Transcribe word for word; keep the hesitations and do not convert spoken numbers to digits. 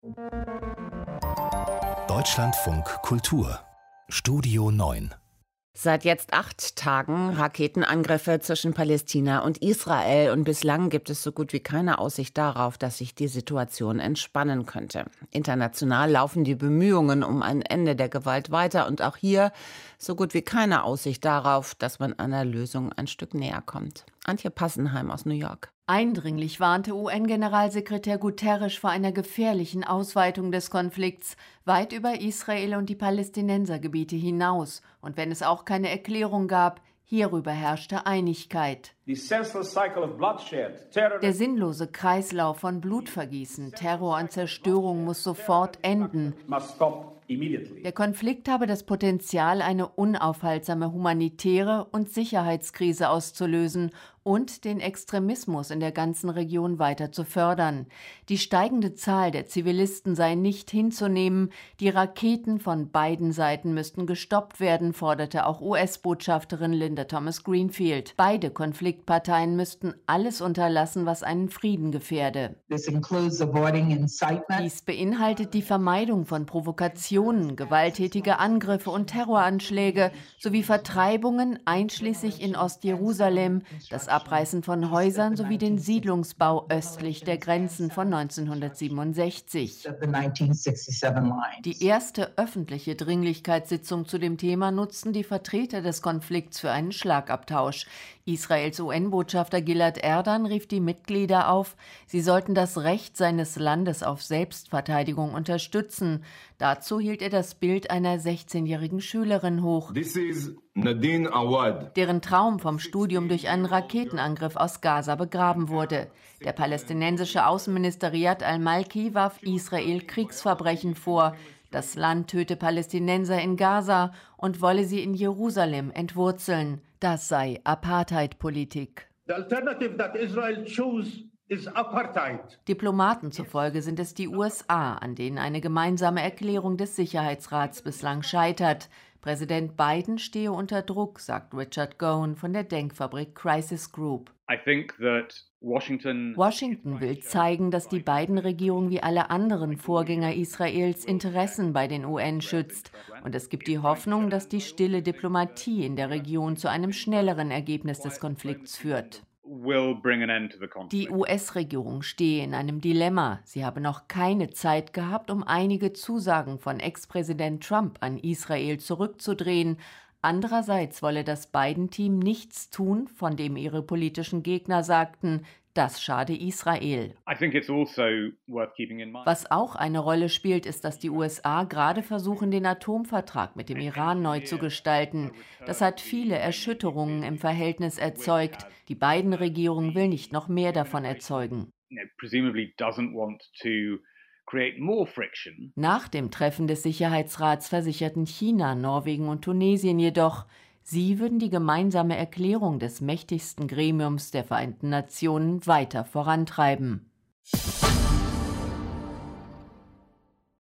Deutschlandfunk Kultur Studio neun. Seit jetzt acht Tagen Raketenangriffe zwischen Palästina und Israel und bislang gibt es so gut wie keine Aussicht darauf, dass sich die Situation entspannen könnte. International laufen die Bemühungen um ein Ende der Gewalt weiter und auch hier so gut wie keine Aussicht darauf, dass man einer Lösung ein Stück näher kommt. Antje Passenheim aus New York. Eindringlich warnte U N-Generalsekretär Guterres vor einer gefährlichen Ausweitung des Konflikts weit über Israel und die Palästinensergebiete hinaus. Und wenn es auch keine Erklärung gab, hierüber herrschte Einigkeit. Der sinnlose Kreislauf von Blutvergießen, Terror und Zerstörung muss sofort enden. Der Konflikt habe das Potenzial, eine unaufhaltsame humanitäre und Sicherheitskrise auszulösen und den Extremismus in der ganzen Region weiter zu fördern. Die steigende Zahl der Zivilisten sei nicht hinzunehmen. Die Raketen von beiden Seiten müssten gestoppt werden, forderte auch U S-Botschafterin Linda Thomas-Greenfield. Beide Konfliktparteien müssten alles unterlassen, was einen Frieden gefährde. Dies beinhaltet die Vermeidung von Provokationen, gewalttätige Angriffe und Terroranschläge sowie Vertreibungen, einschließlich in Ostjerusalem, das Abreißen von Häusern sowie den Siedlungsbau östlich der Grenzen von neunzehnhundertsiebenundsechzig. Die erste öffentliche Dringlichkeitssitzung zu dem Thema nutzten die Vertreter des Konflikts für einen Schlagabtausch. Israels U N-Botschafter Gilad Erdan rief die Mitglieder auf, sie sollten das Recht seines Landes auf Selbstverteidigung unterstützen. Dazu hielt er das Bild einer sechzehnjährigen Schülerin hoch, This is Nadine Awad, deren Traum vom Studium durch einen Raketenangriff aus Gaza begraben wurde. Der palästinensische Außenminister Riyad al-Malki warf Israel Kriegsverbrechen vor. Das Land töte Palästinenser in Gaza und wolle sie in Jerusalem entwurzeln. Das sei Apartheid-Politik. The alternative that Israel chose is apartheid. Diplomaten zufolge sind es die U S A, an denen eine gemeinsame Erklärung des Sicherheitsrats bislang scheitert. Präsident Biden stehe unter Druck, sagt Richard Gowan von der Denkfabrik Crisis Group. I think that Washington Washington will zeigen, dass die Biden-Regierung wie alle anderen Vorgänger Israels Interessen bei den U N schützt. Und es gibt die Hoffnung, dass die stille Diplomatie in der Region zu einem schnelleren Ergebnis des Konflikts führt. will bring an end to the conflict. Die U S-Regierung stehe in einem Dilemma. Sie habe noch keine Zeit gehabt, um einige Zusagen von Ex-Präsident Trump an Israel zurückzudrehen. Andererseits wolle das Biden-Team nichts tun, von dem ihre politischen Gegner sagten, das schade Israel. I think it's also worth keeping in mind. Was auch eine Rolle spielt, ist, dass die U S A gerade versuchen, den Atomvertrag mit dem Iran neu zu gestalten. Das hat viele Erschütterungen im Verhältnis erzeugt. Die Biden-Regierung will nicht noch mehr davon erzeugen. You know, presumably doesn't want to create more friction. Nach dem Treffen des Sicherheitsrats versicherten China, Norwegen und Tunesien jedoch, sie würden die gemeinsame Erklärung des mächtigsten Gremiums der Vereinten Nationen weiter vorantreiben.